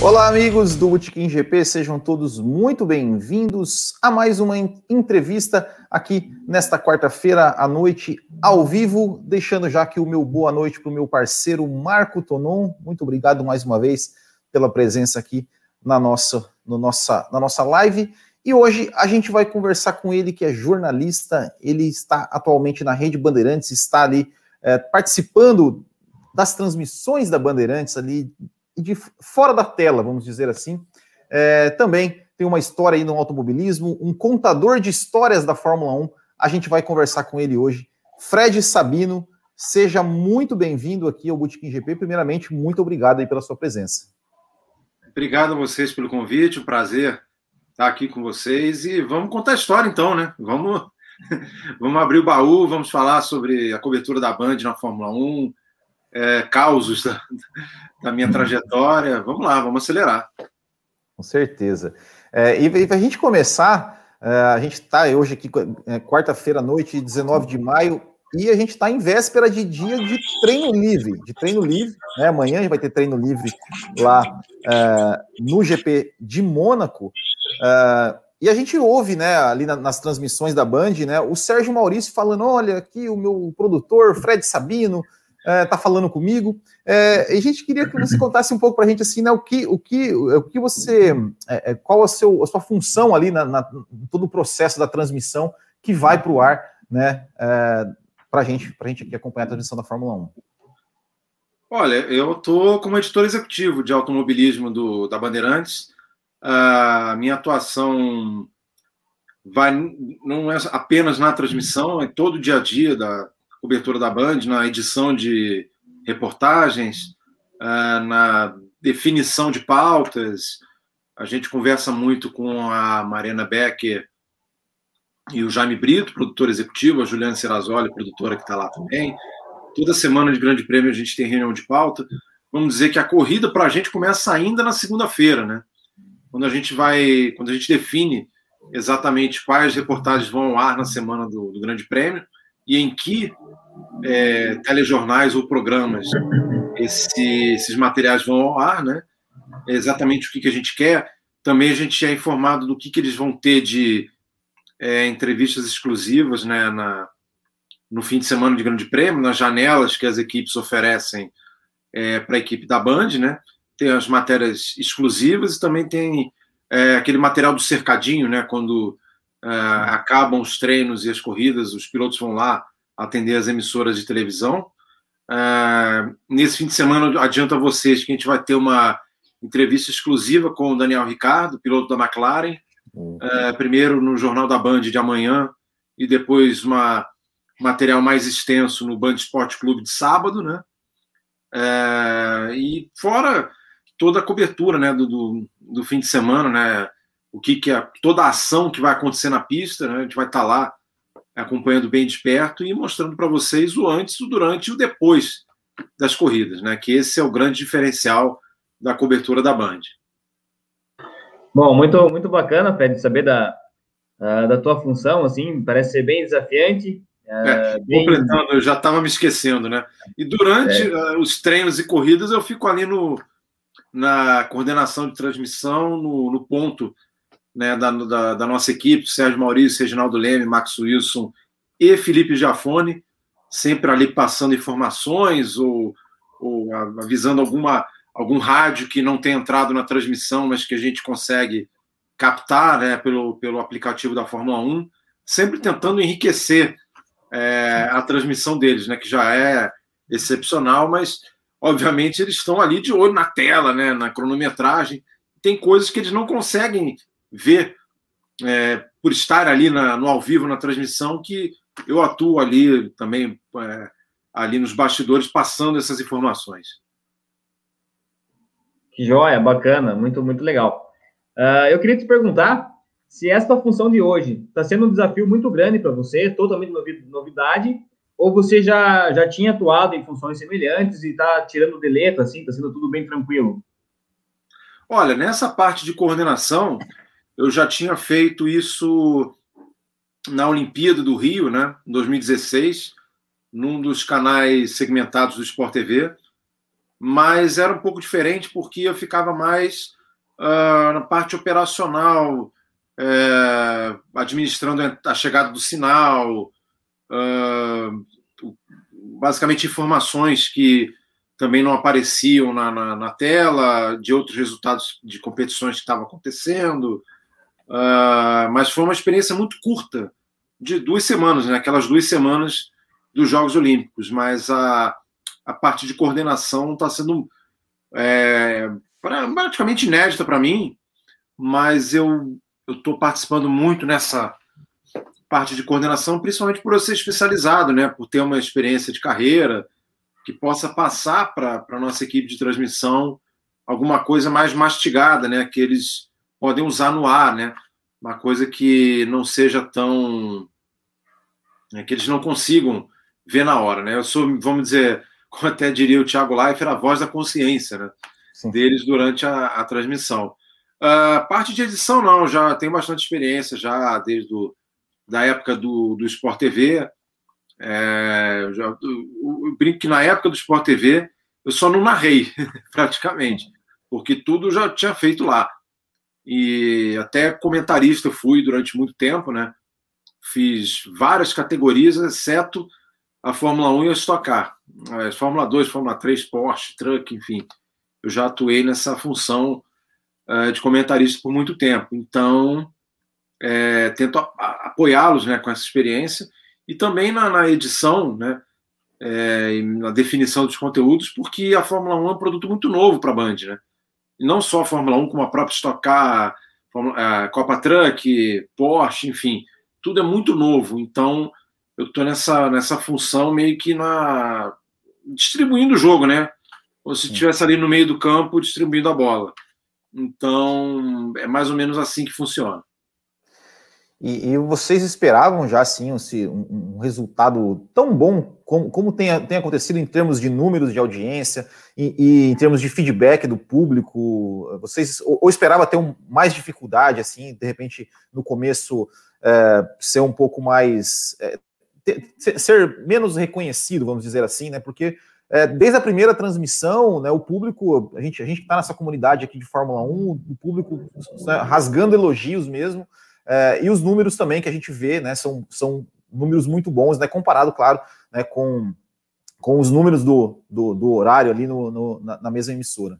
Olá, amigos do Botequim GP, sejam todos muito bem-vindos a mais uma entrevista aqui nesta quarta-feira à noite, ao vivo, deixando já aqui o meu boa noite para o meu parceiro Marco Tonon. Muito obrigado mais uma vez pela presença aqui na nossa live. E hoje a gente vai conversar com ele, que é jornalista, ele está atualmente na Rede Bandeirantes, está ali participando das transmissões da Bandeirantes ali, de fora da tela, vamos dizer assim. Também tem uma história aí no automobilismo, um contador de histórias da Fórmula 1. A gente vai conversar com ele hoje. Fred Sabino, seja muito bem-vindo aqui ao Botequim GP. Primeiramente, muito obrigado aí pela sua presença. Obrigado a vocês pelo convite, um prazer estar aqui com vocês. E vamos contar a história então, né? Vamos abrir o baú, vamos falar sobre a cobertura da Band na Fórmula 1, causos da minha trajetória. Vamos lá, vamos acelerar. Com certeza. E para a gente começar, a gente está hoje aqui, quarta-feira à noite, 19 de maio, e a gente está em véspera de dia de treino livre. Né? Amanhã a gente vai ter treino livre lá no GP de Mônaco. E a gente ouve, né, ali nas transmissões da Band, né, o Sérgio Maurício falando: olha, aqui o meu produtor, Fred Sabino, tá falando comigo. E a gente queria que você contasse um pouco para a gente assim, né, o que você, qual a sua função ali em todo o processo da transmissão que vai para o ar, né, para a gente aqui acompanhar a transmissão da Fórmula 1. Olha, eu estou como editor executivo de automobilismo da Bandeirantes. A minha atuação não é apenas na transmissão, é todo o dia a dia da cobertura da Band, na edição de reportagens, na definição de pautas. A gente conversa muito com a Mariana Becker e o Jaime Brito, produtor executivo, a Juliana Serrazoli, produtora que está lá também. Toda semana de Grande Prêmio a gente tem reunião de pauta. Vamos dizer que a corrida para a gente começa ainda na segunda-feira, né? Quando a gente define exatamente quais reportagens vão ao ar na semana do Grande Prêmio e em que telejornais ou programas esses materiais vão ao ar, né? É exatamente o que a gente quer. Também a gente é informado do que eles vão ter de entrevistas exclusivas, né, no fim de semana de Grande Prêmio, nas janelas que as equipes oferecem para a equipe da Band, né? Tem as matérias exclusivas e também tem aquele material do cercadinho, né? Quando acabam os treinos e as corridas, os pilotos vão lá atender as emissoras de televisão. Nesse fim de semana, adianto a vocês que a gente vai ter uma entrevista exclusiva com o Daniel Ricciardo, piloto da McLaren, primeiro no Jornal da Band de amanhã e depois material mais extenso no Band Esporte Clube de sábado, né? E fora toda a cobertura, né, do fim de semana, né? Toda a ação que vai acontecer na pista, né? A gente vai estar lá acompanhando bem de perto e mostrando para vocês o antes, o durante e o depois das corridas, né? Que esse é o grande diferencial da cobertura da Band. Bom, muito, muito bacana, Fred, saber da tua função, assim, parece ser bem desafiante. Completando, eu já estava me esquecendo, né? E durante os treinos e corridas eu fico ali na coordenação de transmissão, no ponto, né, da nossa equipe, Sérgio Maurício, Reginaldo Leme, Max Wilson e Felipe Giafone, sempre ali passando informações ou avisando algum rádio que não tem entrado na transmissão, mas que a gente consegue captar, né, pelo aplicativo da Fórmula 1, sempre tentando enriquecer a transmissão deles, né, que já é excepcional, mas obviamente eles estão ali de olho na tela, né, na cronometragem. Tem coisas que eles não conseguem ver por estar ali no ao vivo, na transmissão, que eu atuo ali também, ali nos bastidores, passando essas informações. Que joia, bacana, muito, muito legal. Eu queria te perguntar se essa função de hoje está sendo um desafio muito grande para você, totalmente novidade, ou você já tinha atuado em funções semelhantes e está tirando de letra, assim, está sendo tudo bem tranquilo? Olha, nessa parte de coordenação, eu já tinha feito isso na Olimpíada do Rio, né, em 2016, num dos canais segmentados do Sport TV, mas era um pouco diferente porque eu ficava mais na parte operacional, administrando a chegada do sinal, basicamente informações que também não apareciam na tela, de outros resultados de competições que estavam acontecendo, mas foi uma experiência muito curta, de 2 semanas, né? Aquelas 2 semanas dos Jogos Olímpicos, mas a parte de coordenação está sendo praticamente inédita para mim, mas eu estou participando muito nessa parte de coordenação, principalmente por eu ser especializado, né? Por ter uma experiência de carreira que possa passar para a nossa equipe de transmissão alguma coisa mais mastigada, né? Que eles podem usar no ar, né? Uma coisa que não seja tão... que eles não consigam ver na hora, né? Eu sou, vamos dizer, como até diria o Thiago Leifert, a voz da consciência, né? Deles durante a transmissão. Parte de edição, não, já tenho bastante experiência, já desde da época do Sport TV. Eu brinco que na época do Sport TV eu só não narrei, praticamente, porque tudo já tinha feito lá. E até comentarista fui durante muito tempo, né? Fiz várias categorias, exceto a Fórmula 1 e a Stock Car. Fórmula 2, Fórmula 3, Porsche, Truck, enfim. Eu já atuei nessa função de comentarista por muito tempo. Então, tento apoiá-los, né, com essa experiência. E também na edição, né, na definição dos conteúdos, porque a Fórmula 1 é um produto muito novo para a Band, né? E não só a Fórmula 1, como a própria Stock Car, a Copa Truck, Porsche, enfim, tudo é muito novo. Então, eu estou nessa função meio que distribuindo o jogo, né? Como se estivesse ali no meio do campo distribuindo a bola. Então, é mais ou menos assim que funciona. E vocês esperavam já assim um resultado tão bom como tem acontecido em termos de números de audiência e em termos de feedback do público? Vocês ou esperava ter mais dificuldade, assim, de repente no começo ser um pouco mais ser menos reconhecido, vamos dizer assim, né? Porque desde a primeira transmissão, né, o público, a gente está nessa comunidade aqui de Fórmula 1, o público, né, rasgando elogios mesmo. E os números também que a gente vê, né, são números muito bons, né, comparado, claro, né, com os números do horário ali na mesma emissora.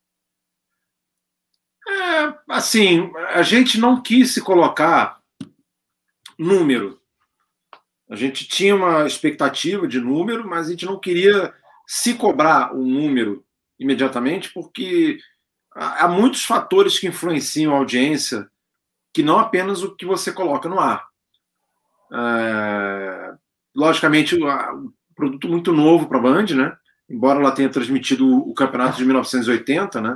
Assim, a gente não quis se colocar número. A gente tinha uma expectativa de número, mas a gente não queria se cobrar um número imediatamente, porque há muitos fatores que influenciam a audiência, que não apenas o que você coloca no ar. Logicamente, um produto muito novo para a Band, né? Embora ela tenha transmitido o campeonato de 1980, né?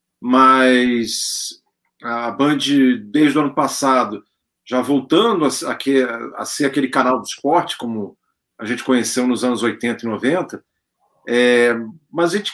Mas a Band, desde o ano passado, já voltando a ser aquele canal do esporte, como a gente conheceu nos anos 80 e 90, mas a gente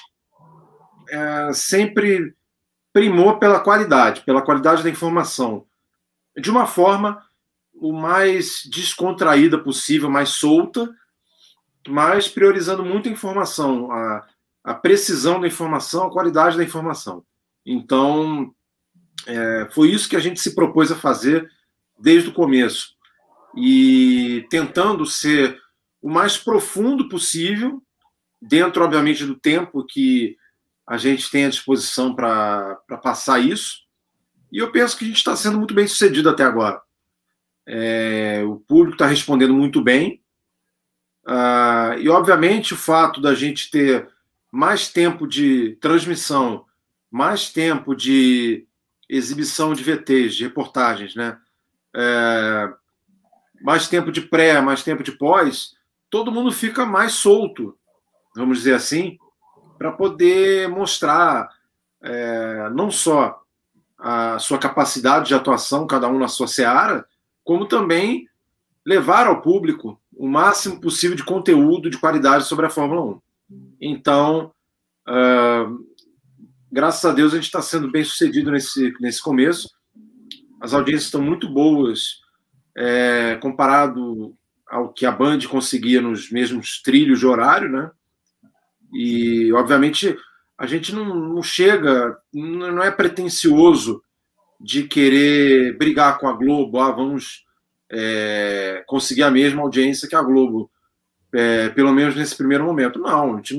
sempre primou pela qualidade da informação, de uma forma o mais descontraída possível, mais solta, mas priorizando muito a informação, a precisão da informação, a qualidade da informação. Então, foi isso que a gente se propôs a fazer desde o começo, e tentando ser o mais profundo possível, dentro, obviamente, do tempo que a gente tem à disposição para passar isso. E eu penso que a gente está sendo muito bem sucedido até agora. O público está respondendo muito bem. E, obviamente, o fato da gente ter mais tempo de transmissão, mais tempo de exibição de VTs, de reportagens, né? Mais tempo de pré, mais tempo de pós, todo mundo fica mais solto, vamos dizer assim, para poder mostrar não só a sua capacidade de atuação, cada um na sua seara, como também levar ao público o máximo possível de conteúdo de qualidade sobre a Fórmula 1. Então, graças a Deus, a gente está sendo bem sucedido nesse começo. As audiências estão muito boas, comparado ao que a Band conseguia nos mesmos trilhos de horário, né? E, obviamente, a gente não chega, não é pretensioso de querer brigar com a Globo, vamos conseguir a mesma audiência que a Globo, pelo menos nesse primeiro momento. Não, a gente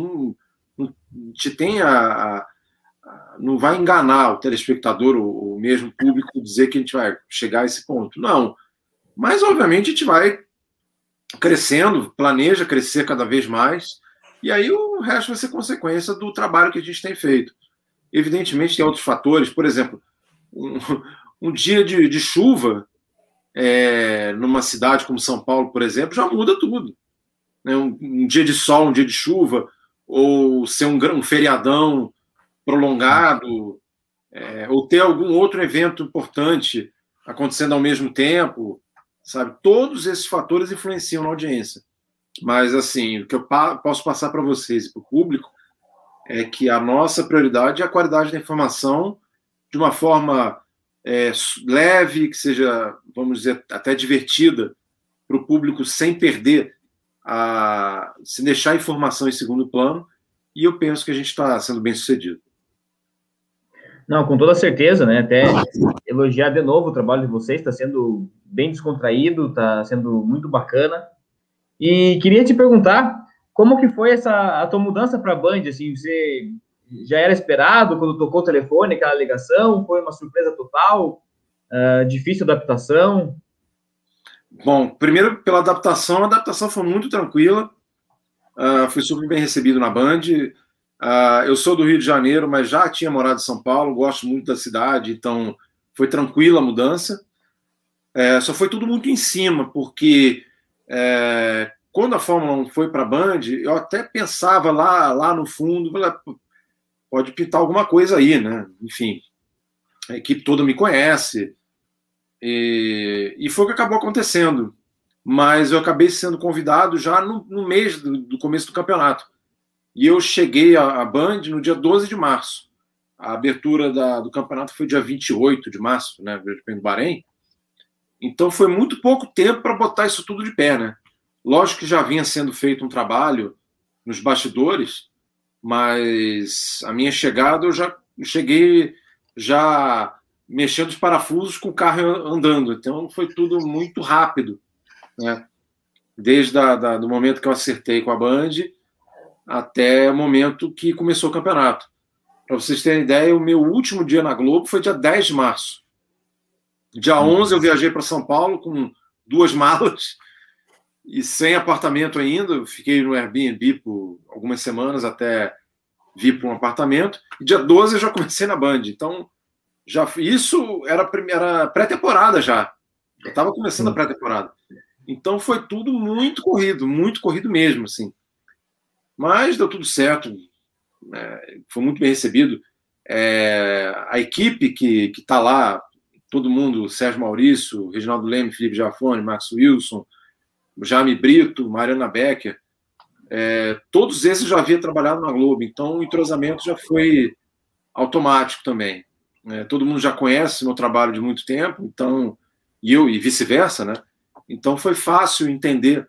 não vai enganar o telespectador, o mesmo público, dizer que a gente vai chegar a esse ponto. Não. Mas, obviamente, a gente vai crescendo, planeja crescer cada vez mais, e aí o resto vai ser consequência do trabalho que a gente tem feito. Evidentemente, tem outros fatores, por exemplo, um dia de chuva numa cidade como São Paulo, por exemplo, já muda tudo. Né? Um dia de sol, um dia de chuva, ou ser um feriadão prolongado, ou ter algum outro evento importante acontecendo ao mesmo tempo, sabe? Todos esses fatores influenciam na audiência. Mas, assim, o que eu posso passar para vocês e para o público é que a nossa prioridade é a qualidade da informação de uma forma leve, que seja, vamos dizer, até divertida para o público, sem perder, sem deixar a informação em segundo plano, e eu penso que a gente está sendo bem sucedido. Não, com toda certeza, né? Até elogiar de novo o trabalho de vocês, está sendo bem descontraído, está sendo muito bacana. E queria te perguntar, como que foi a tua mudança para a Band? Assim, você já era esperado quando tocou o telefone, aquela ligação? Foi uma surpresa total? Difícil adaptação? Bom, primeiro pela adaptação, a adaptação foi muito tranquila, fui super bem recebido na Band. Eu sou do Rio de Janeiro, mas já tinha morado em São Paulo, gosto muito da cidade, então foi tranquila a mudança. Só foi tudo muito em cima, porque quando a Fórmula 1 foi para a Band, eu até pensava lá no fundo, pode pintar alguma coisa aí, né? Enfim, a equipe toda me conhece, e foi o que acabou acontecendo. Mas eu acabei sendo convidado já no mês do começo do campeonato. E eu cheguei à Band no dia 12 de março. A abertura do campeonato foi dia 28 de março, né, do Bahrein. Então foi muito pouco tempo para botar isso tudo de pé, né? Lógico que já vinha sendo feito um trabalho nos bastidores, mas a minha chegada eu já cheguei já mexendo os parafusos com o carro andando. Então foi tudo muito rápido, né? Desde do momento que eu acertei com a Band até o momento que começou o campeonato. Para vocês terem ideia, o meu último dia na Globo foi dia 10 de março. Dia 11 eu viajei para São Paulo com 2 malas e sem apartamento ainda. Eu fiquei no Airbnb por algumas semanas até vir para um apartamento. E dia 12 eu já comecei na Band. Então, isso era pré-temporada já. Eu estava começando a pré-temporada. Então foi tudo muito corrido mesmo, assim. Mas deu tudo certo. Foi muito bem recebido. A equipe que está lá, todo mundo, Sérgio Maurício, Reginaldo Leme, Felipe Giafone, Max Wilson, Jaime Brito, Mariana Becker, todos esses já haviam trabalhado na Globo, então o entrosamento já foi automático também. Todo mundo já conhece meu trabalho de muito tempo, então, e vice-versa, né? Então foi fácil entender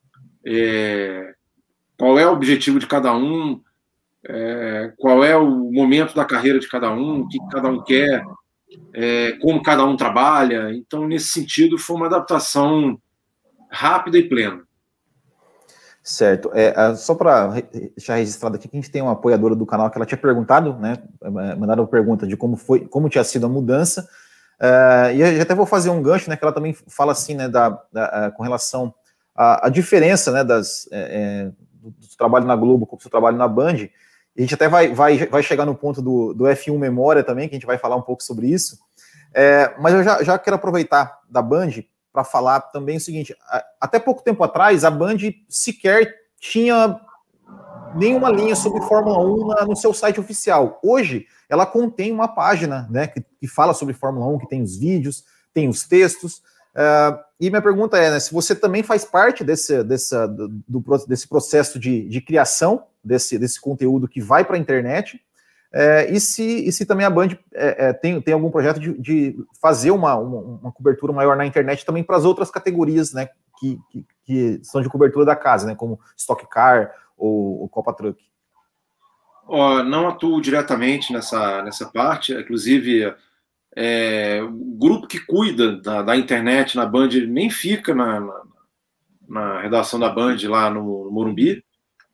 qual é o objetivo de cada um, qual é o momento da carreira de cada um, o que cada um quer, como cada um trabalha. Então, nesse sentido, foi uma adaptação rápida e plena. Certo. Só para deixar registrado aqui, que a gente tem uma apoiadora do canal que ela tinha perguntado, né? Mandaram uma pergunta de como tinha sido a mudança. E eu até vou fazer um gancho, né? Que ela também fala assim, né? Com relação à diferença, né? Do trabalho na Globo com o seu trabalho na Band. E a gente até vai chegar no ponto do F1 Memória também, que a gente vai falar um pouco sobre isso. Mas eu já quero aproveitar da Band para falar também o seguinte: até pouco tempo atrás, a Band sequer tinha nenhuma linha sobre Fórmula 1 no seu site oficial. Hoje, ela contém uma página, né, que fala sobre Fórmula 1, que tem os vídeos, tem os textos. E minha pergunta é, né, se você também faz parte desse processo de criação desse conteúdo que vai para a internet, e se também a Band tem algum projeto de fazer uma cobertura maior na internet também para as outras categorias, né, que são de cobertura da casa, né, como Stock Car ou Copa Truck. Não atuo diretamente nessa parte, inclusive o grupo que cuida da internet na Band nem fica na redação da Band lá no Morumbi.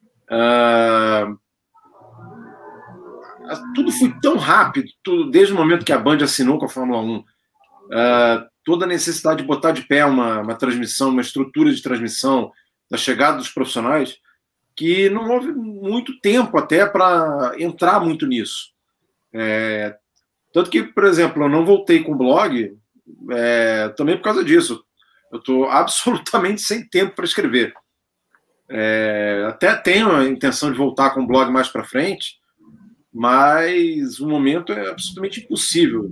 Tudo foi tão rápido, desde o momento que a Band assinou com a Fórmula 1, toda a necessidade de botar de pé uma transmissão, uma estrutura de transmissão, da chegada dos profissionais, que não houve muito tempo até para entrar muito nisso. Tanto que, por exemplo, eu não voltei com o blog também por causa disso. Eu estou absolutamente sem tempo para escrever. Até tenho a intenção de voltar com o blog mais para frente, mas o momento é absolutamente impossível.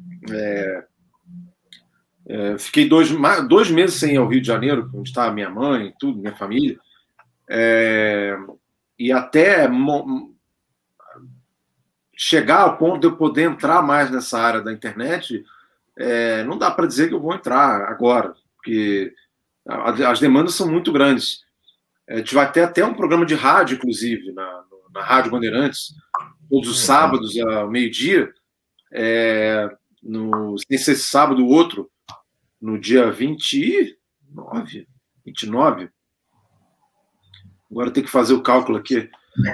Fiquei 2 meses sem ir ao Rio de Janeiro, onde está a minha mãe, tudo, minha família, e até chegar ao ponto de eu poder entrar mais nessa área da internet, não dá para dizer que eu vou entrar agora, porque as demandas são muito grandes. A gente vai ter até um programa de rádio, inclusive, na Rádio Bandeirantes, todos os sábados, ao meio-dia, sem ser esse sábado, o outro, no dia 29. Agora tem que fazer o cálculo aqui.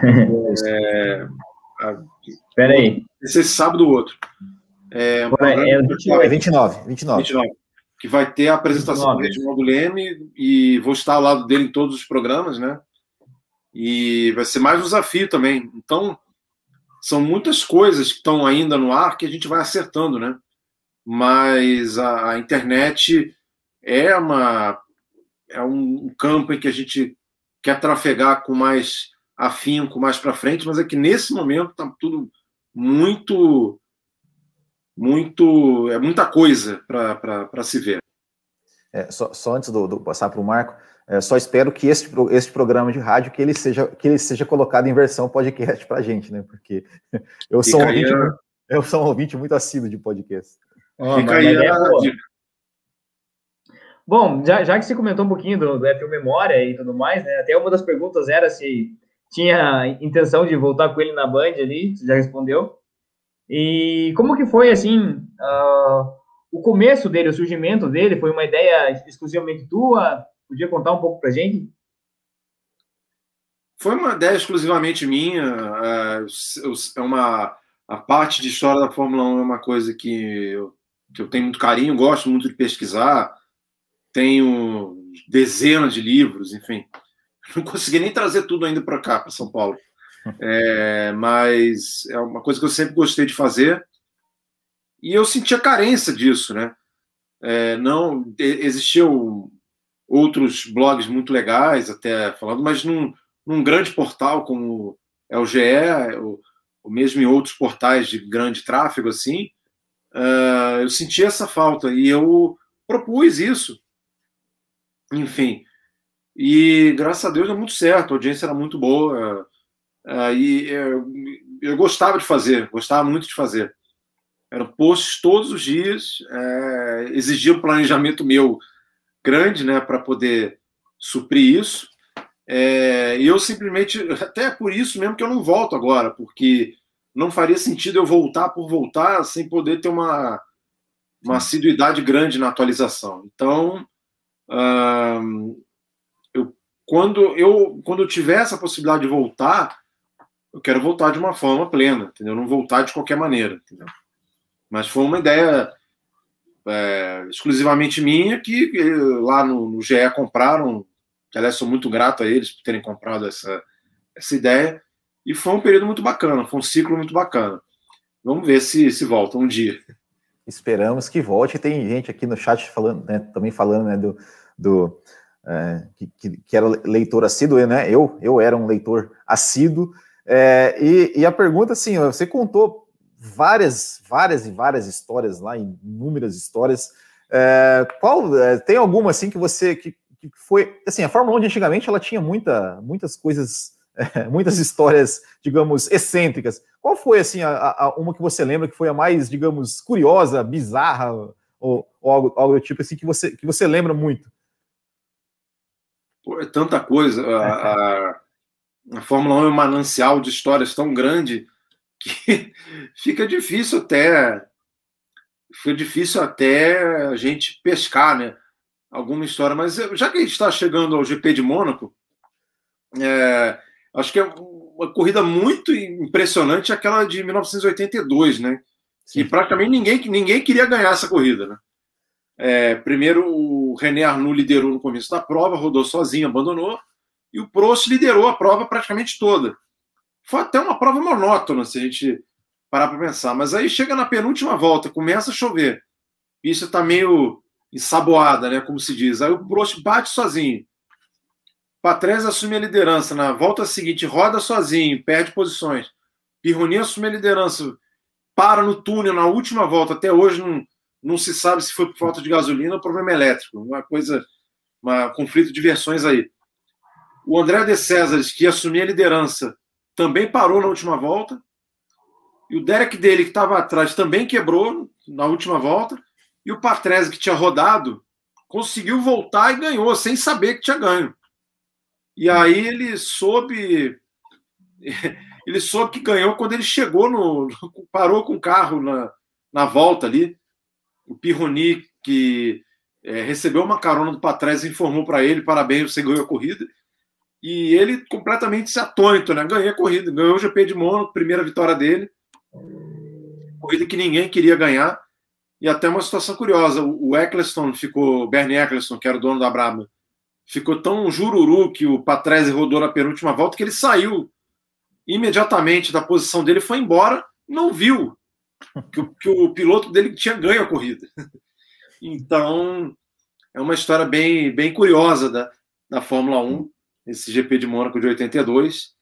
Espera aí. Esse sábado, o outro. 29. Que vai ter a apresentação do Reginaldo Leme, e vou estar ao lado dele em todos os programas, né? E vai ser mais um desafio também. Então, são muitas coisas que estão ainda no ar que a gente vai acertando, né? Mas a internet é um campo em que a gente quer trafegar com mais afinco, mais para frente, mas é que nesse momento está tudo muita coisa para se ver. Só antes do passar para o Marco, só espero que este programa de rádio que ele seja colocado em versão podcast para a gente, né? Porque eu sou um ouvinte muito assíduo de podcast. Fica aí a dica. Bom, já que você comentou um pouquinho do F1 Memória e tudo mais, né? Até uma das perguntas era se tinha intenção de voltar com ele na Band ali, você já respondeu. E como que foi, assim, o começo dele, o surgimento dele? Foi uma ideia exclusivamente tua? Podia contar um pouco pra gente? Foi uma ideia exclusivamente minha. A parte de história da Fórmula 1 é uma coisa que eu tenho muito carinho, gosto muito de pesquisar, tenho dezenas de livros, enfim. Não consegui nem trazer tudo ainda para cá, para São Paulo. Mas é uma coisa que eu sempre gostei de fazer, e eu sentia carência disso, né? Não existiam outros blogs muito legais, até falando, mas num grande portal como é o GE, ou mesmo em outros portais de grande tráfego, assim, eu sentia essa falta, e eu propus isso. Enfim, e graças a Deus deu muito certo, a audiência era muito boa, e eu gostava muito de fazer. Eram posts todos os dias, exigia um planejamento meu grande, né, para poder suprir isso. E eu simplesmente, até por isso mesmo que eu não volto agora, porque não faria sentido eu voltar por voltar sem poder ter uma assiduidade grande na atualização. Então, quando eu tiver essa possibilidade de voltar, eu quero voltar de uma forma plena, entendeu? Não voltar de qualquer maneira, entendeu? Mas foi uma ideia exclusivamente minha, que lá no GE compraram, que aliás sou muito grato a eles por terem comprado essa ideia, e foi um período muito bacana, foi um ciclo muito bacana. Vamos ver se volta um dia. Esperamos que volte. Tem gente aqui no chat falando, né, também falando, né, que era leitor assíduo, né? Eu era um leitor assíduo, e a pergunta, assim, você contou várias histórias lá, inúmeras histórias. Tem alguma assim que foi, assim, a Fórmula 1 de antigamente ela tinha muitas coisas, muitas histórias, digamos, excêntricas. Qual foi, assim, uma que você lembra que foi a mais, digamos, curiosa, bizarra, ou algo do tipo assim que você lembra muito? Pô, é tanta coisa. A Fórmula 1 é um manancial de histórias tão grande que fica difícil até a gente pescar, né, alguma história. Mas já que a gente está chegando ao GP de Mônaco, acho que é uma corrida muito impressionante, aquela de 1982, né? Sim. E praticamente ninguém queria ganhar essa corrida, né? Primeiro o René Arnoux liderou no começo da prova, rodou sozinho, abandonou, e o Prost liderou a prova praticamente toda. Foi até uma prova monótona, se a gente parar para pensar. Mas aí chega na penúltima volta, começa a chover, a pista está meio ensaboada, né, como se diz. Aí o Prost bate sozinho. Patrese assume a liderança. Na volta seguinte, roda sozinho, perde posições. Pironi assume a liderança, para no túnel na última volta. Até hoje não se sabe se foi por falta de gasolina ou problema elétrico. Um conflito de versões aí. O André de Césares, que assumia a liderança, também parou na última volta. E o Derek dele, que estava atrás, também quebrou na última volta. E o Patrese, que tinha rodado, conseguiu voltar e ganhou, sem saber que tinha ganho. E aí ele soube que ganhou quando ele chegou parou com o carro na volta ali. O Pironi, que recebeu uma carona do Patrese, informou para ele: parabéns, você ganhou a corrida. E ele completamente atônito, né? Ganhei a corrida, ganhou o GP de Mônaco, primeira vitória dele. Corrida que ninguém queria ganhar. E até uma situação curiosa: o Eccleston Bernie Eccleston, que era o dono da Brabham, ficou tão jururu que o Patrese rodou na penúltima volta que ele saiu imediatamente da posição dele, foi embora, não viu que o piloto dele tinha ganho a corrida. Então, é uma história bem, bem curiosa da Fórmula 1, esse GP de Mônaco de 82.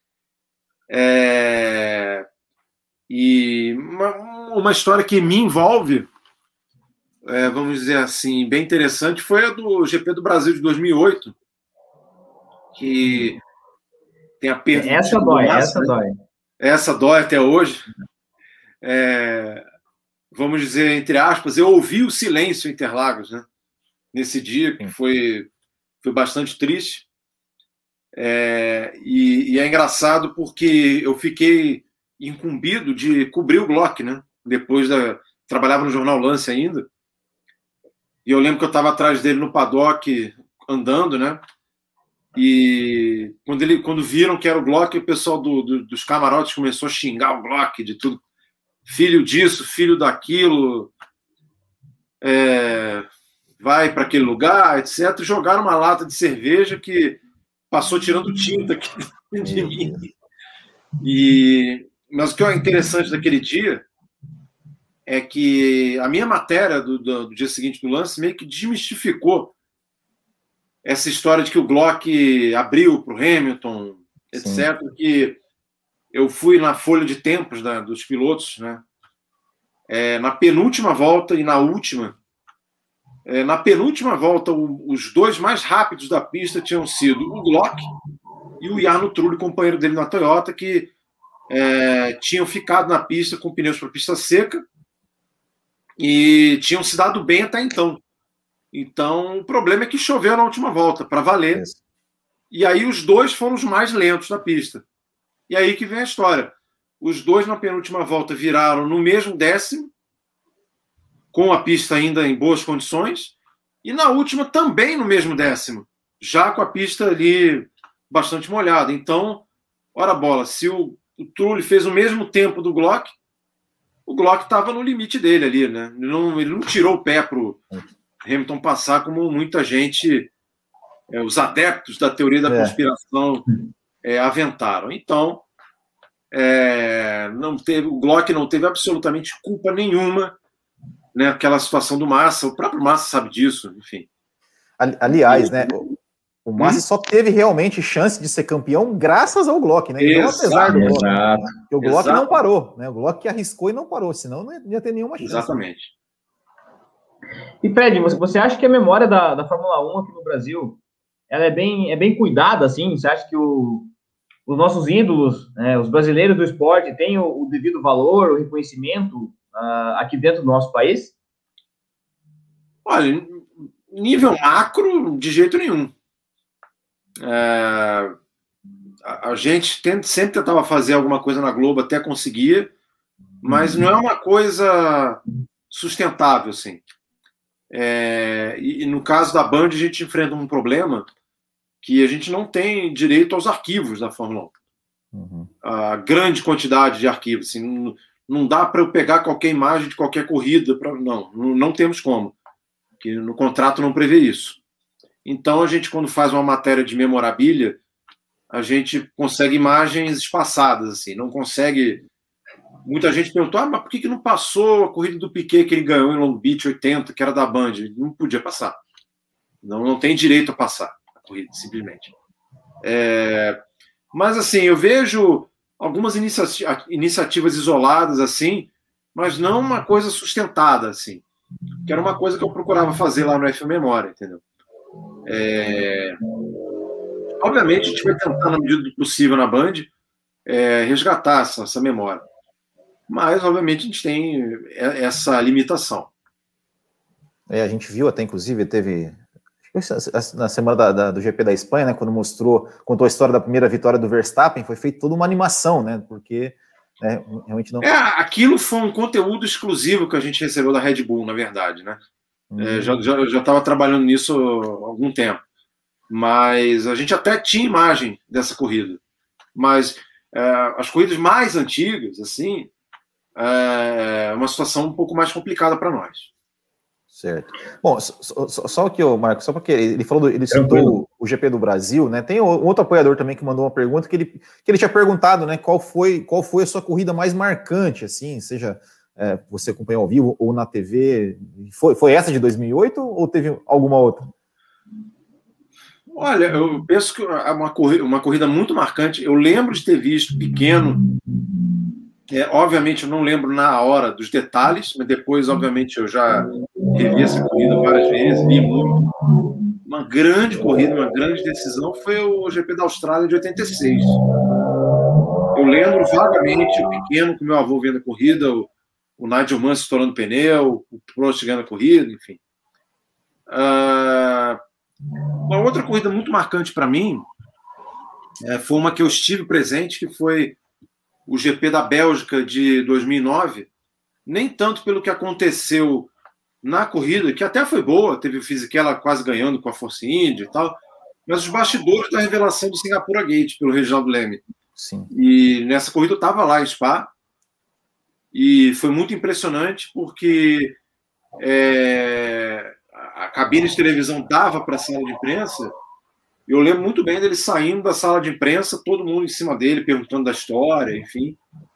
E uma história que me envolve, vamos dizer assim, bem interessante, foi a do GP do Brasil de 2008, que tem a perda. Essa dói. Essa dói até hoje. Vamos dizer, entre aspas, eu ouvi o silêncio em Interlagos, né? Nesse dia, que foi bastante triste. E é engraçado porque eu fiquei incumbido de cobrir o Glock, né? Trabalhava no jornal Lance ainda. E eu lembro que eu estava atrás dele no paddock, andando, né? E quando viram que era o Glock, o pessoal dos camarotes começou a xingar o Glock de tudo. Filho disso, filho daquilo, vai para aquele lugar, etc. E jogaram uma lata de cerveja que passou tirando tinta aqui de mim. Mas o que é interessante daquele dia é que a minha matéria do dia seguinte do Lance meio que desmistificou essa história de que o Glock abriu para o Hamilton, etc. Sim. Que eu fui na folha de tempos dos pilotos, né? Na penúltima volta e na última. Na penúltima volta, os dois mais rápidos da pista tinham sido o Glock e o Jarno Trulli, companheiro dele na Toyota, que tinham ficado na pista com pneus para pista seca e tinham se dado bem até então. Então, o problema é que choveu na última volta, para valer. E aí os dois foram os mais lentos da pista. E aí que vem a história. Os dois na penúltima volta viraram no mesmo décimo, com a pista ainda em boas condições, e na última também no mesmo décimo, já com a pista ali bastante molhada. Então, ora bola, se o Trulli fez o mesmo tempo do Glock, o Glock estava no limite dele ali, né? Ele não tirou o pé para o Hamilton passar, como muita gente, os adeptos da teoria da conspiração aventaram. Então, o Glock não teve absolutamente culpa nenhuma, né, aquela situação do Massa. O próprio Massa sabe disso, enfim. Aliás, né, o Massa só teve realmente chance de ser campeão graças ao Glock, né? Não apesar do Glock. Porque o Glock não parou, né? O Glock que arriscou e não parou, senão não ia ter nenhuma chance. Exatamente. E Fred, você acha que a memória da Fórmula 1 aqui no Brasil ela é bem cuidada, assim? Você acha que os nossos ídolos, os brasileiros do esporte, têm o devido valor, o reconhecimento aqui dentro do nosso país? Olha, nível macro, de jeito nenhum. a gente sempre tentava fazer alguma coisa na Globo, até conseguia, mas não é uma coisa sustentável, assim. E no caso da Band, a gente enfrenta um problema que a gente não tem direito aos arquivos da Fórmula 1. A grande quantidade de arquivos. Assim, não dá para eu pegar qualquer imagem de qualquer corrida. Não temos como. Porque no contrato não prevê isso. Então, a gente, quando faz uma matéria de memorabilia, a gente consegue imagens espaçadas. Assim, não consegue... Muita gente perguntou, mas por que não passou a corrida do Piquet que ele ganhou em Long Beach 80, que era da Band? Não podia passar. Não tem direito a passar a corrida, simplesmente. Mas, assim, eu vejo algumas iniciativas isoladas, assim, mas não uma coisa sustentada, assim. Que era uma coisa que eu procurava fazer lá no F Memória, entendeu? Obviamente, a gente vai tentar, na medida do possível, na Band, resgatar essa memória. Mas, obviamente, a gente tem essa limitação. A gente viu até, inclusive, teve... Na semana do GP da Espanha, né, quando contou a história da primeira vitória do Verstappen, foi feita toda uma animação, né, porque realmente não... Aquilo foi um conteúdo exclusivo que a gente recebeu da Red Bull, na verdade, né? Já estava trabalhando nisso há algum tempo, mas a gente até tinha imagem dessa corrida, mas as corridas mais antigas, assim, é uma situação um pouco mais complicada para nós. Certo. Bom, só que o Marcos, só porque ele citou o GP do Brasil, né? Tem um outro apoiador também que mandou uma pergunta que ele tinha perguntado, né? Qual foi a sua corrida mais marcante, assim, seja você acompanhou ao vivo ou na TV? Foi essa de 2008 ou teve alguma outra? Olha, eu penso que uma corrida muito marcante. Eu lembro de ter visto pequeno. Obviamente eu não lembro na hora dos detalhes, mas depois, obviamente, eu já revi essa corrida várias vezes, li muito. Uma grande corrida, uma grande decisão foi o GP da Austrália de 86. Eu lembro vagamente, pequeno, com meu avô vendo a corrida, o Nigel Mansell estourando pneu, o Prost ganhando a corrida, enfim. Uma outra corrida muito marcante para mim foi uma que eu estive presente, que foi o GP da Bélgica de 2009, nem tanto pelo que aconteceu na corrida, que até foi boa, teve o Fisichella quase ganhando com a Force India e tal, mas os bastidores da revelação do Singapura Gate pelo Reginaldo Leme. Sim. E nessa corrida eu estava lá em Spa, e foi muito impressionante porque a cabine de televisão dava para a sala de imprensa. Eu lembro muito bem dele saindo da sala de imprensa, todo mundo em cima dele, perguntando da história, enfim.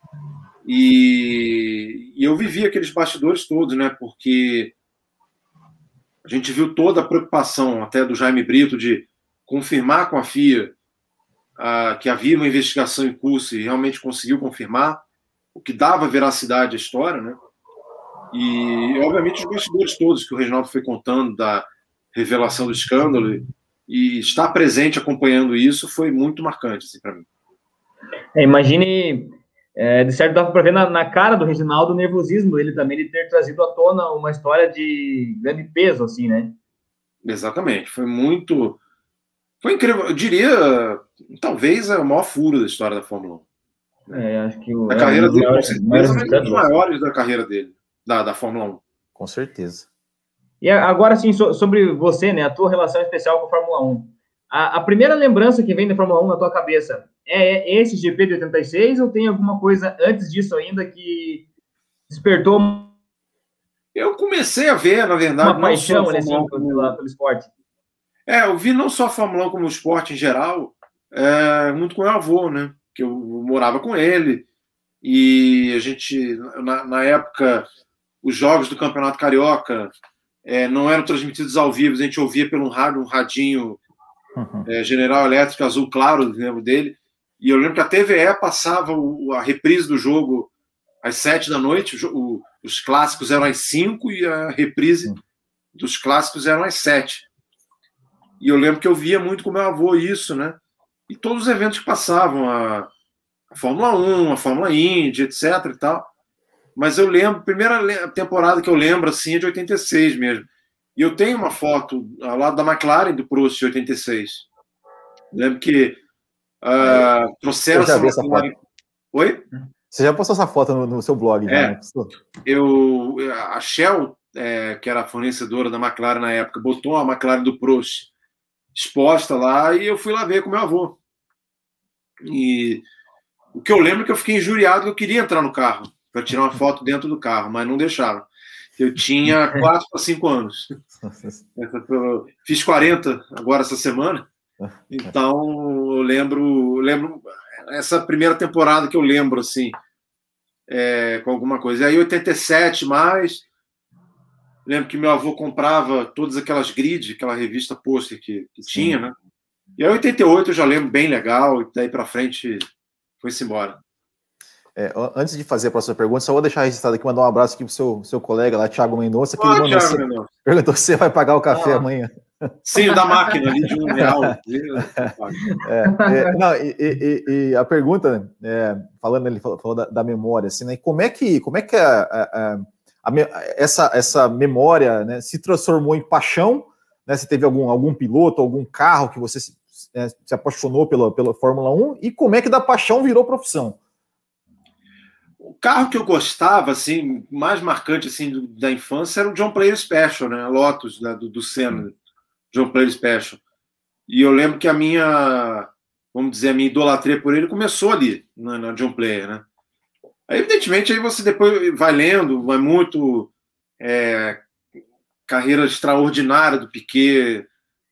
E eu vivi aqueles bastidores todos, né? Porque a gente viu toda a preocupação até do Jaime Brito de confirmar com a FIA que havia uma investigação em curso e realmente conseguiu confirmar, o que dava veracidade à história, né? E, obviamente, os bastidores todos que o Reginaldo foi contando da revelação do escândalo e estar presente acompanhando isso foi muito marcante assim, para mim. Imagine, de certo dava para ver na cara do Reginaldo o nervosismo dele também, de ter trazido à tona uma história de grande peso, assim, né? Exatamente, foi incrível, eu diria, talvez é o maior furo da história da Fórmula 1. Acho que a carreira dele, com certeza, é um dos maiores da carreira dele, da Fórmula 1. Com certeza. E agora, sim, sobre você, né, a tua relação especial com a Fórmula 1. A primeira lembrança que vem da Fórmula 1 na tua cabeça é esse GP de 86 ou tem alguma coisa antes disso ainda que despertou Eu comecei a ver, na verdade, uma paixão assim, pelo esporte? Eu vi não só a Fórmula 1 como o esporte em geral, muito com meu avô, né? Que eu morava com ele, e a gente, na época, os jogos do Campeonato Carioca não eram transmitidos ao vivo, a gente ouvia pelo rádio, um radinho General Elétrico azul claro, lembro dele, e eu lembro que a TVE passava a reprise do jogo às 7 da noite, os clássicos eram às 5 e a reprise dos clássicos eram às 7. E eu lembro que eu via muito com meu avô isso, né? E todos os eventos que passavam, a Fórmula 1, a Fórmula Indy, etc. e tal. Mas eu lembro, a primeira temporada que eu lembro assim é de 86 mesmo. E eu tenho uma foto ao lado da McLaren do Prost de 86. Eu lembro que Trouxeram essa McLaren. Oi? Você já postou essa foto no seu blog? Já, né? A Shell, que era a fornecedora da McLaren na época, botou a McLaren do Prost exposta lá e eu fui lá ver com meu avô. E o que eu lembro é que eu fiquei injuriado que eu queria entrar no carro para tirar uma foto dentro do carro, mas não deixaram. Eu tinha 4 para 5 anos. Fiz 40 agora essa semana. Então eu lembro essa primeira temporada que eu lembro assim, com alguma coisa. E aí 87 mais, lembro que meu avô comprava todas aquelas grid, aquela revista pôster que tinha, né? E aí 88 eu já lembro bem legal, e daí para frente foi-se embora. Antes de fazer a próxima pergunta, só vou deixar registrado aqui, mandar um abraço aqui pro seu colega lá, Thiago Mendonça, que perguntou se você vai pagar o café amanhã. Sim, o da máquina ali de R$1. Não, e a pergunta, ele falou da memória, assim, né? Como é que essa memória, né, se transformou em paixão, né? Se teve algum piloto, algum carro que você se apaixonou pela Fórmula 1, e como é que da paixão virou profissão? O carro que eu gostava, assim, mais marcante assim, da infância era o John Player Special, né? Lotus, do Senna, John Player Special. E eu lembro que a minha idolatria por ele começou ali, na John Player, né? Aí, evidentemente, aí você depois vai lendo, vai muito carreira extraordinária do Piquet,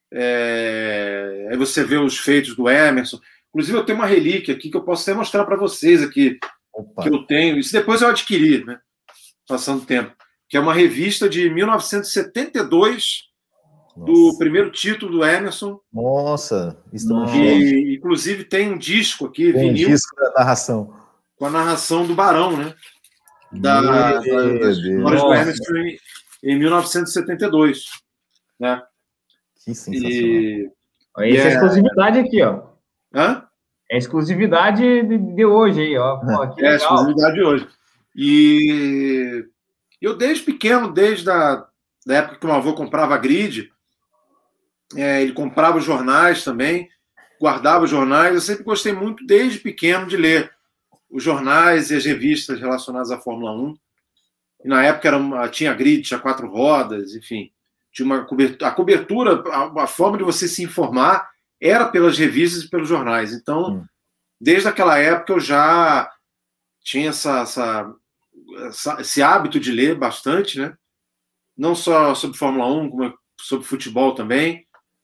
aí você vê os feitos do Emerson. Inclusive, eu tenho uma relíquia aqui que eu posso até mostrar para vocês aqui. Opa. Que eu tenho, isso depois eu adquiri, né, passando o tempo, que é uma revista de 1972 do primeiro título do Emerson. Nossa, isso e inclusive tem um disco aqui, vinil, um disco da narração. Com a narração do Barão, né? Das histórias do Emerson em 1972. Né? Que sensacional. Essa exclusividade aqui, ó. Hã? É exclusividade de hoje aí, ó. Pô, que legal. Exclusividade de hoje. E eu desde pequeno, desde da época que o meu avô comprava grid, ele comprava os jornais também, guardava os jornais. Eu sempre gostei muito, desde pequeno, de ler os jornais e as revistas relacionadas à Fórmula 1. E na época tinha grid, tinha 4 rodas, enfim. Tinha uma cobertura. A cobertura, a forma de você se informar era pelas revistas e pelos jornais. Então, desde aquela época, eu já tinha esse hábito de ler bastante, né? Não só sobre Fórmula 1, como sobre futebol também.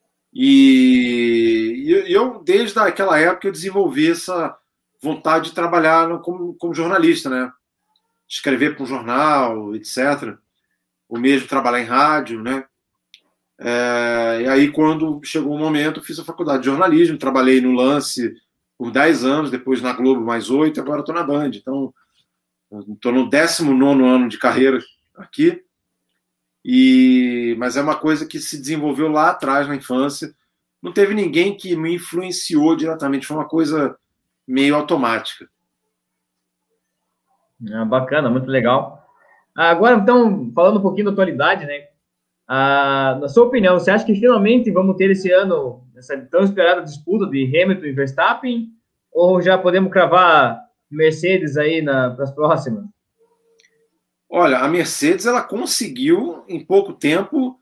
E eu, desde aquela época, eu desenvolvi essa vontade de trabalhar como jornalista, né? Escrever para um jornal, etc. Ou mesmo trabalhar em rádio, né? E aí, quando chegou o momento, fiz a faculdade de jornalismo, trabalhei no Lance por 10 anos, depois na Globo mais 8, agora estou na Band. Então, estou no 19º ano de carreira aqui, mas é uma coisa que se desenvolveu lá atrás, na infância. Não teve ninguém que me influenciou diretamente, foi uma coisa meio automática. Bacana, muito legal. Agora, então, falando um pouquinho da atualidade, né? Na sua opinião, você acha que finalmente vamos ter esse ano essa tão esperada disputa de Hamilton e Verstappen? Ou já podemos cravar Mercedes aí para as próximas? Olha, a Mercedes ela conseguiu, em pouco tempo,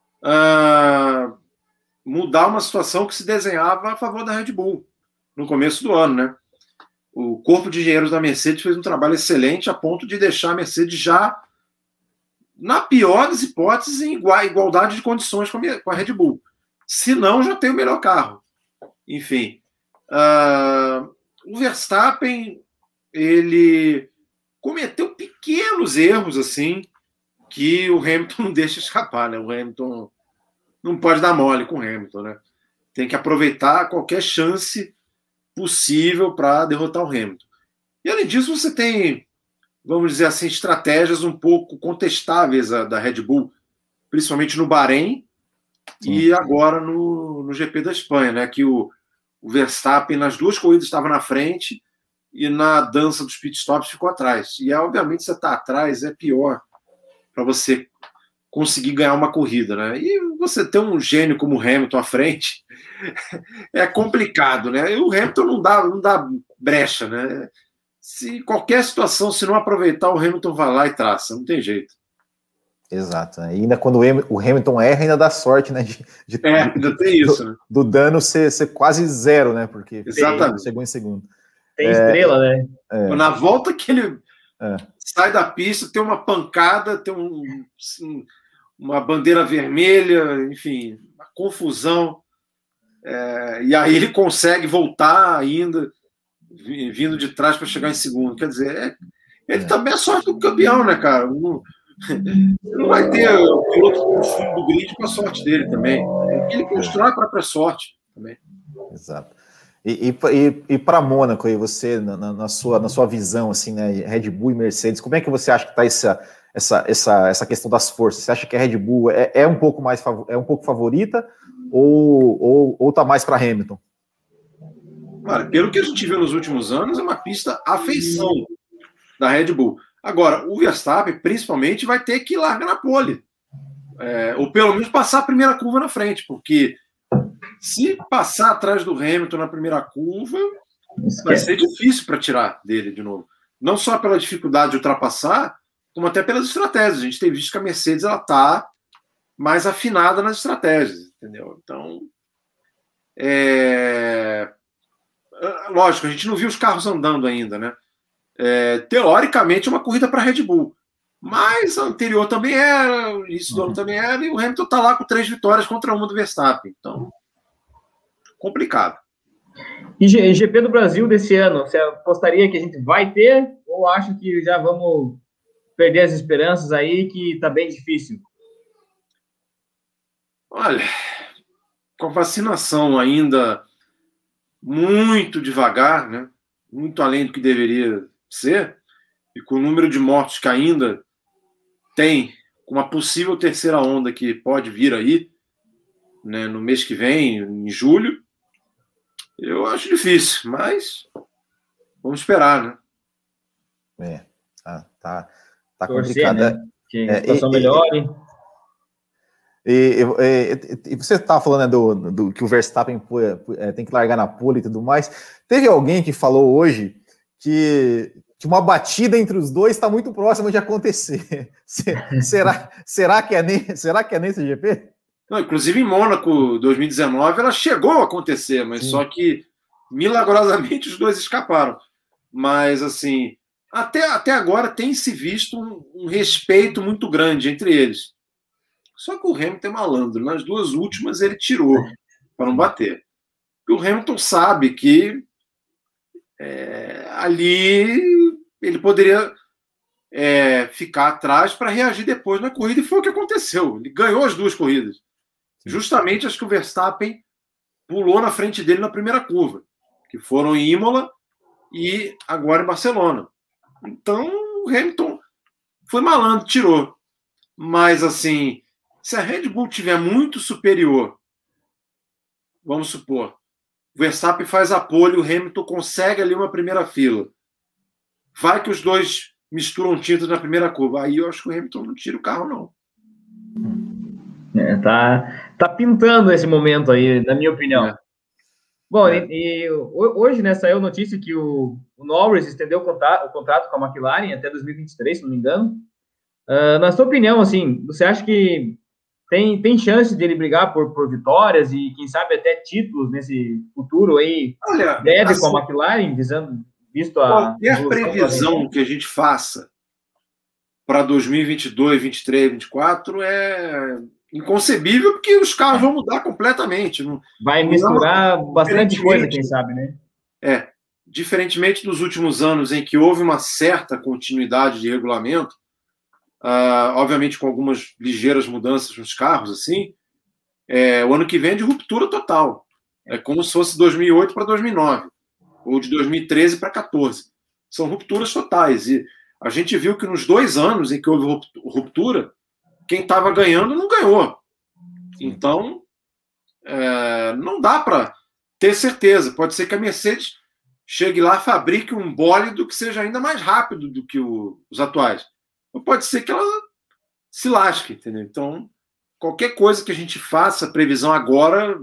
mudar uma situação que se desenhava a favor da Red Bull no começo do ano, né? O corpo de engenheiros da Mercedes fez um trabalho excelente a ponto de deixar a Mercedes já, na pior das hipóteses, em igualdade de condições com a Red Bull. Se não, já tem o melhor carro. Enfim. O Verstappen, ele cometeu pequenos erros, assim, que o Hamilton não deixa escapar, né? O Hamilton não pode dar mole com o Hamilton, né? Tem que aproveitar qualquer chance possível para derrotar o Hamilton. E, além disso, você tem, vamos dizer assim, estratégias um pouco contestáveis da Red Bull, principalmente no Bahrein. Sim. E agora no GP da Espanha, né? Que o Verstappen, nas 2 corridas, estava na frente e na dança dos pitstops ficou atrás. E, obviamente, você está atrás é pior para você conseguir ganhar uma corrida, né? E você ter um gênio como o Hamilton à frente é complicado, né? E o Hamilton não dá brecha, né? Se qualquer situação, se não aproveitar, o Hamilton vai lá e traça, não tem jeito. Exato. E ainda quando o Hamilton erra, ainda dá sorte, né? Ainda tem isso, né? Do dano ser quase zero, né? Porque exatamente. Chegou em segundo. Tem estrela, né? Na volta que ele sai da pista, tem uma pancada, tem uma bandeira vermelha, enfim, uma confusão. E aí ele consegue voltar ainda, vindo de trás para chegar em segundo. Quer dizer, ele também é sorte do campeão, né, cara? Não vai ter o piloto no fundo do grid com a sorte dele também. Ele constrói a própria sorte também. Exato. E para Mônaco, e você, na sua visão, assim, né, Red Bull e Mercedes, como é que você acha que está essa questão das forças? Você acha que a Red Bull é um pouco favorita ou tá mais para Hamilton? Cara, pelo que a gente viu nos últimos anos, é uma pista à feição da Red Bull. Agora, o Verstappen, principalmente, vai ter que largar na pole. Ou pelo menos passar a primeira curva na frente, porque se passar atrás do Hamilton na primeira curva, vai ser difícil para tirar dele de novo. Não só pela dificuldade de ultrapassar, como até pelas estratégias. A gente tem visto que a Mercedes está mais afinada nas estratégias, entendeu? Então, lógico, a gente não viu os carros andando ainda, né? Teoricamente, é uma corrida para a Red Bull. Mas a anterior também era, o início do ano também era, e o Hamilton está lá com 3 vitórias contra uma do Verstappen. Então, complicado. E GP do Brasil desse ano, você apostaria que a gente vai ter ou acha que já vamos perder as esperanças aí, que está bem difícil? Olha, com a vacinação ainda muito devagar, né? Muito além do que deveria ser, e com o número de mortos que ainda tem, com uma possível terceira onda que pode vir aí, né, no mês que vem, em julho, eu acho difícil, mas vamos esperar, né? Tá complicado, né? Que a situação melhore. E você estava falando, né, do que o Verstappen tem que largar na pole e tudo mais. Teve alguém que falou hoje que uma batida entre os dois está muito próxima de acontecer. será que é nesse GP? Não, inclusive em Mônaco 2019 ela chegou a acontecer, mas Sim. Só que milagrosamente os dois escaparam. Mas assim, até agora tem se visto um respeito muito grande entre eles. Só que o Hamilton é malandro. Nas 2 últimas ele tirou para não bater. E o Hamilton sabe que ali ele poderia ficar atrás para reagir depois na corrida, e foi o que aconteceu. Ele ganhou as 2 corridas. Justamente acho que o Verstappen pulou na frente dele na primeira curva, que foram em Imola e agora em Barcelona. Então o Hamilton foi malandro, tirou. Mas assim, se a Red Bull tiver muito superior, vamos supor, o Verstappen faz a pole e o Hamilton consegue ali uma primeira fila. Vai que os dois misturam tintas na primeira curva. Aí eu acho que o Hamilton não tira o carro, não. Tá pintando esse momento aí, na minha opinião. Bom, e hoje, né, saiu notícia que o Norris estendeu o contrato com a McLaren até 2023, se não me engano. Na sua opinião, assim, você acha que tem chance de ele brigar por vitórias e, quem sabe, até títulos nesse futuro aí? Olha, deve assim, com a McLaren, visto a... Qualquer previsão que a gente faça para 2022, 2023, 2024 é inconcebível, porque os carros vão mudar completamente. Vai misturar bastante coisa, quem sabe, né? Diferentemente dos últimos anos, em que houve uma certa continuidade de regulamento, obviamente com algumas ligeiras mudanças nos carros, assim, o ano que vem é de ruptura total. É como se fosse 2008 para 2009, ou de 2013 para 2014. São rupturas totais. E a gente viu que nos 2 anos em que houve ruptura, quem estava ganhando não ganhou. Então, não dá para ter certeza. Pode ser que a Mercedes chegue lá e fabrique um bólido que seja ainda mais rápido do que os atuais. Ou pode ser que ela se lasque, entendeu? Então, qualquer coisa que a gente faça, previsão agora,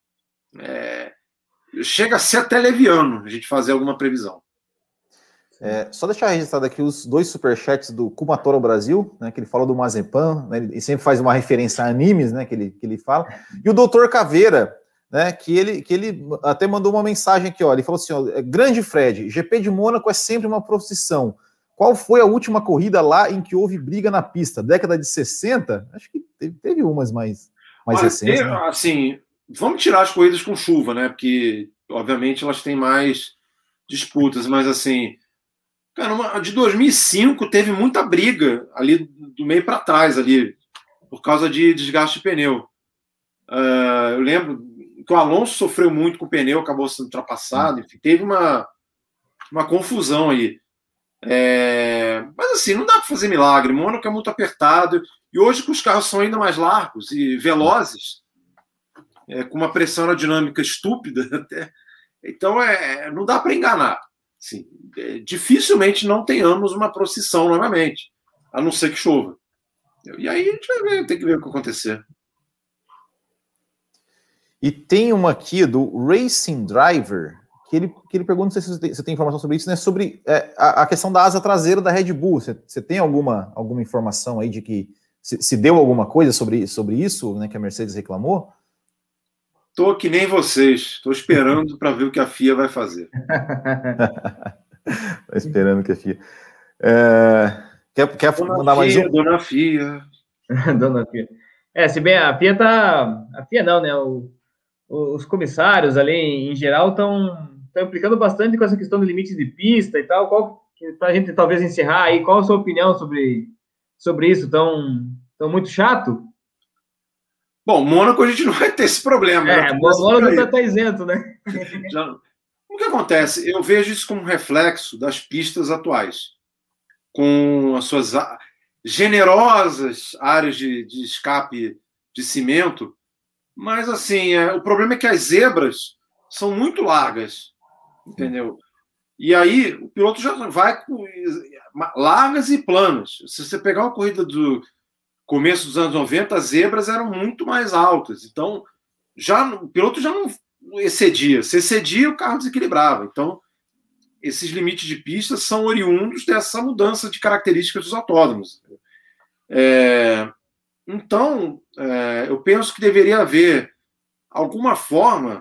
chega a ser até leviano a gente fazer alguma previsão. Só deixar registrado aqui os 2 superchats do Kumatora Brasil, né, que ele fala do Mazepan, né, ele sempre faz uma referência a animes, né, que ele fala, e o Dr. Caveira, né, que ele até mandou uma mensagem aqui, ó, ele falou assim, ó, grande Fred, GP de Mônaco é sempre uma procissão. Qual foi a última corrida lá em que houve briga na pista? Década de 60? Acho que teve umas mais recentes. Né? Assim, vamos tirar as corridas com chuva, né? Porque, obviamente, elas têm mais disputas, mas assim, cara, de 2005 teve muita briga ali do meio para trás, ali, por causa de desgaste de pneu. Eu lembro que o Alonso sofreu muito com o pneu, acabou sendo ultrapassado, enfim, teve uma confusão aí. Mas assim, não dá para fazer milagre. Mônaco é muito apertado, e hoje que os carros são ainda mais largos e velozes, com uma pressão aerodinâmica estúpida, até, então não dá para enganar. Assim, dificilmente não tenhamos uma procissão novamente, a não ser que chova. E aí a gente vai ver, tem que ver o que acontecer. E tem uma aqui do Racing Driver, que ele pergunta, não sei se você tem informação sobre isso, né? Sobre a questão da asa traseira da Red Bull. Você tem alguma informação aí de que se deu alguma coisa sobre isso, né? Que a Mercedes reclamou? Tô que nem vocês. Estou esperando para ver o que a FIA vai fazer. Tô esperando que a FIA... Quer mandar mais um? Dona FIA. Dona FIA. Se bem a FIA tá... A FIA não, né? Os comissários ali, em geral, estão implicando bastante com essa questão do limite de pista e tal. Para a gente talvez encerrar aí, qual a sua opinião sobre isso? Tão muito chato? Bom, Mônaco a gente não vai ter esse problema. Mônaco tá isento, né? O que acontece? Eu vejo isso como um reflexo das pistas atuais, com as suas generosas áreas de escape de cimento, mas assim, o problema é que as zebras são muito largas, entendeu? E aí o piloto já vai com largas e planas. Se você pegar uma corrida do começo dos anos 90, as zebras eram muito mais altas. Então, o piloto já não excedia. Se excedia, o carro desequilibrava. Então, esses limites de pista são oriundos dessa mudança de características dos autódromos. Então, eu penso que deveria haver alguma forma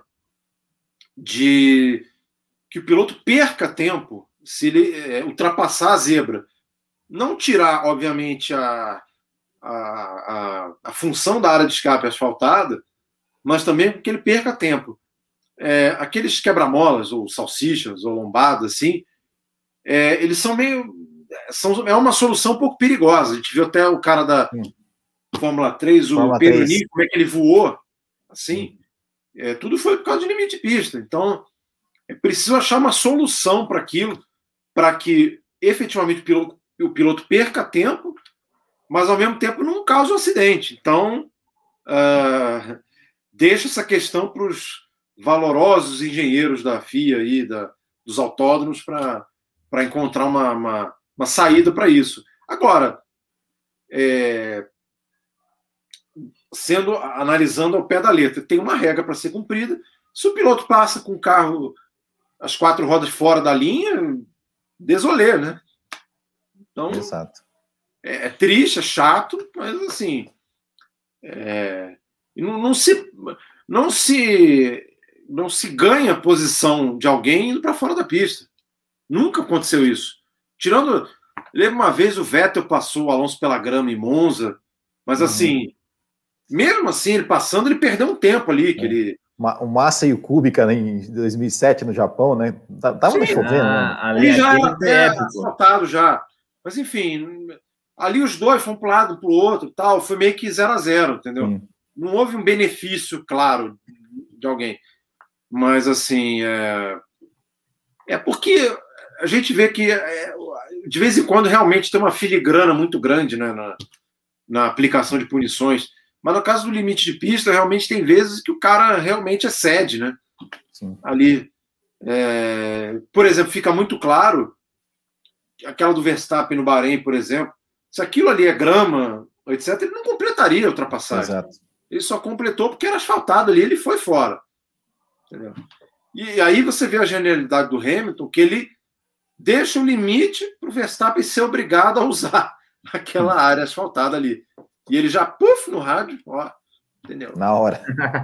de que o piloto perca tempo se ele ultrapassar a zebra. Não tirar, obviamente, a função da área de escape asfaltada, mas também que ele perca tempo. Aqueles quebra-molas, ou salsichas, ou lombadas, assim, eles são meio... é uma solução um pouco perigosa. A gente viu até o cara da Fórmula 3, o Peroni, como é que ele voou, assim. Tudo foi por causa de limite de pista. Então, é preciso achar uma solução para aquilo, para que efetivamente o piloto perca tempo, mas ao mesmo tempo não cause um acidente. Então, deixa essa questão para os valorosos engenheiros da FIA e dos autódromos para encontrar uma saída para isso. Agora, analisando ao pé da letra, tem uma regra para ser cumprida. Se o piloto passa com o carro, as 4 rodas fora da linha, désolé, né? Então, exato. É triste, é chato, mas assim, não se ganha posição de alguém indo para fora da pista. Nunca aconteceu isso. Lembro uma vez o Vettel passou o Alonso pela grama em Monza, mas assim, mesmo assim, ele passando, ele perdeu um tempo ali. O Massa e o Kubica, né, em 2007 no Japão, né? Tava chovendo, né? Ali já é asfaltado já. Mas enfim, ali os dois foram para um lado, para o outro, tal, foi meio que 0-0, entendeu? Sim. Não houve um benefício claro de alguém. Mas assim, porque a gente vê que de vez em quando realmente tem uma filigrana muito grande, né, na aplicação de punições. Mas no caso do limite de pista, realmente tem vezes que o cara realmente excede, né? Sim. Ali. Por exemplo, fica muito claro aquela do Verstappen no Bahrein, por exemplo. Se aquilo ali é grama, etc., ele não completaria a ultrapassagem. Exato. Ele só completou porque era asfaltado ali, ele foi fora. Entendeu? E aí você vê a genialidade do Hamilton, que ele deixa o limite para o Verstappen ser obrigado a usar aquela área asfaltada ali. E ele já, no rádio, ó, entendeu? Na hora.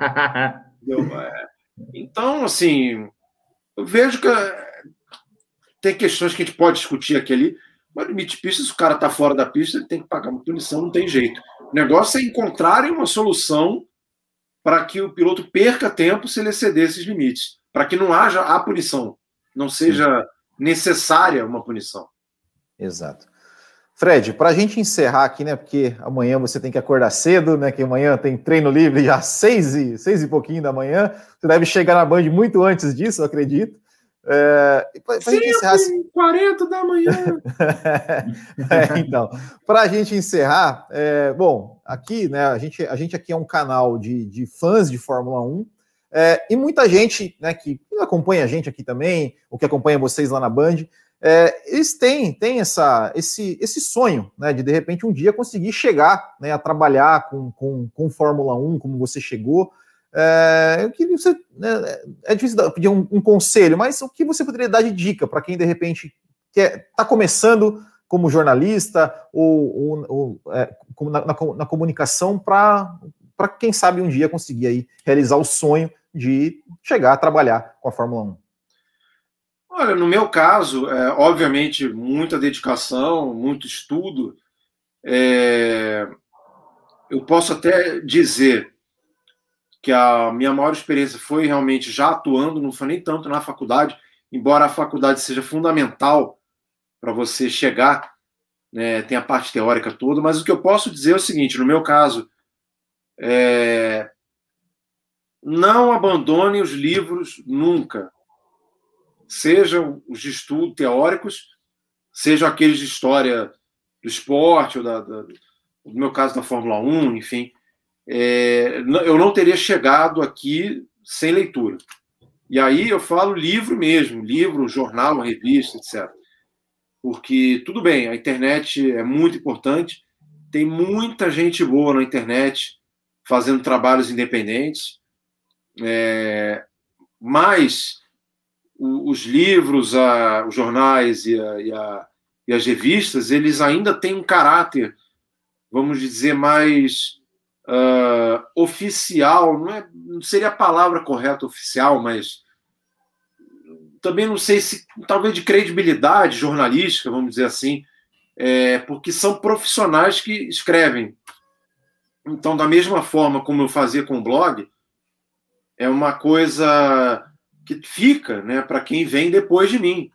Então, assim, eu vejo que tem questões que a gente pode discutir aqui ali, mas no limite de pista, se o cara está fora da pista, ele tem que pagar uma punição, não tem jeito. O negócio é encontrarem uma solução para que o piloto perca tempo se ele exceder esses limites, para que não haja a punição, não seja necessária uma punição. Exato. Fred, para a gente encerrar aqui, né, porque amanhã você tem que acordar cedo, né, que amanhã tem treino livre já às 6 e pouquinho da manhã, você deve chegar na Band muito antes disso, eu acredito. Pra gente encerrar... 40 da manhã. Então, para a gente encerrar, bom, aqui, né, a gente aqui é um canal de fãs de Fórmula 1, e muita gente, né, que acompanha a gente aqui também, ou que acompanha vocês lá na Band, eles têm esse sonho, né, de repente um dia conseguir chegar, né, a trabalhar com Fórmula 1, como você chegou. Eu queria você, né, é difícil pedir um conselho, mas o que você poderia dar de dica para quem de repente está começando como jornalista ou na comunicação para quem sabe um dia conseguir aí realizar o sonho de chegar a trabalhar com a Fórmula 1? Olha, no meu caso, obviamente, muita dedicação, muito estudo. Eu posso até dizer que a minha maior experiência foi realmente já atuando, não foi nem tanto na faculdade, embora a faculdade seja fundamental para você chegar, né, tem a parte teórica toda, mas o que eu posso dizer é o seguinte, no meu caso, não abandone os livros nunca, sejam os de estudo teóricos, sejam aqueles de história do esporte, ou no meu caso da Fórmula 1, enfim, eu não teria chegado aqui sem leitura. E aí eu falo livro mesmo, livro, jornal, revista, etc. Porque, tudo bem, a internet é muito importante, tem muita gente boa na internet fazendo trabalhos independentes, mas os livros, os jornais e as revistas, eles ainda têm um caráter, vamos dizer, mais oficial, não seria a palavra correta oficial, mas também não sei se, talvez de credibilidade jornalística, vamos dizer assim, porque são profissionais que escrevem. Então, da mesma forma como eu fazia com o blog, é uma coisa que fica, né, para quem vem depois de mim.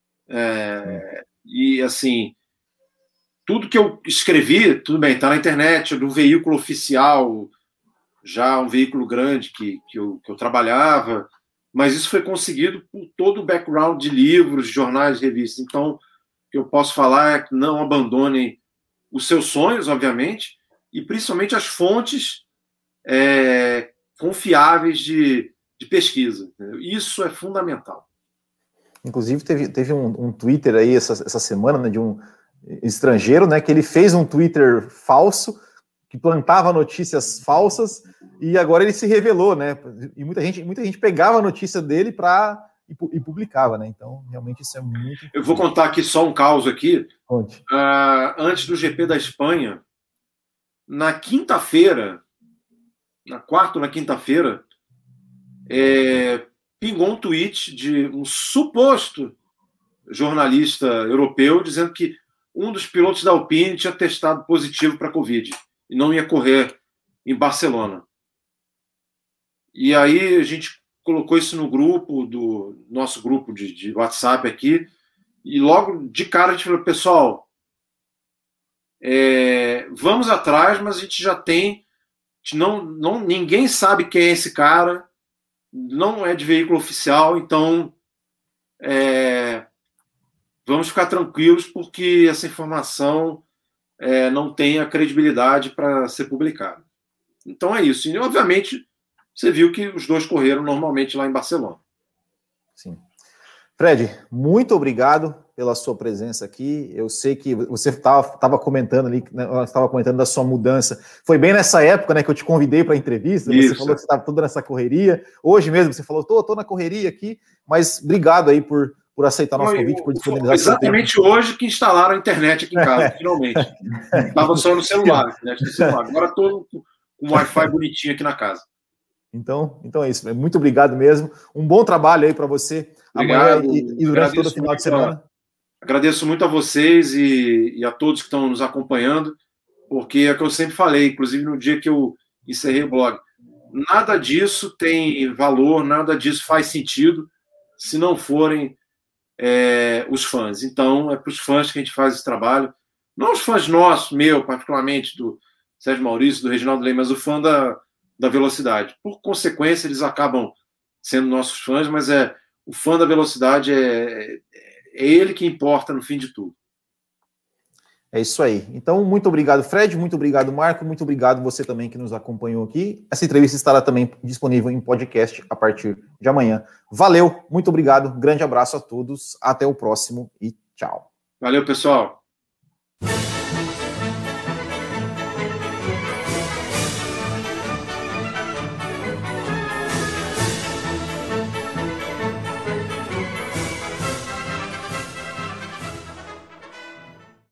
E, assim, tudo que eu escrevi, tudo bem, está na internet, no veículo oficial, já um veículo grande que eu trabalhava, mas isso foi conseguido por todo o background de livros, jornais, revistas. Então, o que eu posso falar é que não abandonem os seus sonhos, obviamente, e principalmente as fontes confiáveis de pesquisa. Entendeu? Isso é fundamental. Inclusive, teve um Twitter aí essa semana, né, de um estrangeiro, né, que ele fez um Twitter falso, que plantava notícias falsas, e agora ele se revelou, né, e muita gente pegava a notícia dele e publicava, né, então realmente isso é muito... Eu vou contar aqui só um caso aqui. Conte. Antes do GP da Espanha, na quinta-feira, na quarta ou na quinta-feira, pingou um tweet de um suposto jornalista europeu dizendo que um dos pilotos da Alpine tinha testado positivo para Covid e não ia correr em Barcelona. E aí a gente colocou isso no grupo, do nosso grupo de WhatsApp aqui, e logo de cara a gente falou, pessoal, vamos atrás, mas a gente já tem, ninguém sabe quem é esse cara, não é de veículo oficial, então vamos ficar tranquilos porque essa informação não tem a credibilidade para ser publicada. Então é isso. E, obviamente, você viu que os dois correram normalmente lá em Barcelona. Sim. Fred, muito obrigado pela sua presença aqui. Eu sei que você estava comentando ali, né, estava comentando da sua mudança. Foi bem nessa época, né, que eu te convidei para a entrevista. Isso. Você falou que você estava tudo nessa correria. Hoje mesmo você falou, tô na correria aqui, mas obrigado aí por aceitar nosso convite, por disponibilizar. Exatamente hoje que instalaram a internet aqui em casa, finalmente. Estava só no celular, internet no celular. Agora estou com um Wi-Fi bonitinho aqui na casa. Então é isso. Muito obrigado mesmo. Um bom trabalho aí para você amanhã e durante todo o final de semana. Agradeço muito a vocês e a todos que estão nos acompanhando, porque é o que eu sempre falei, inclusive no dia que eu encerrei o blog. Nada disso tem valor, nada disso faz sentido se não forem os fãs. Então, é para os fãs que a gente faz esse trabalho. Não os fãs nossos, meu, particularmente, do Sérgio Maurício, do Reginaldo Leme, mas o fã da velocidade. Por consequência, eles acabam sendo nossos fãs, mas o fã da velocidade é ele que importa no fim de tudo. É isso aí. Então, muito obrigado, Fred, muito obrigado, Marco, muito obrigado você também que nos acompanhou aqui. Essa entrevista estará também disponível em podcast a partir de amanhã. Valeu, muito obrigado, grande abraço a todos, até o próximo e tchau. Valeu, pessoal.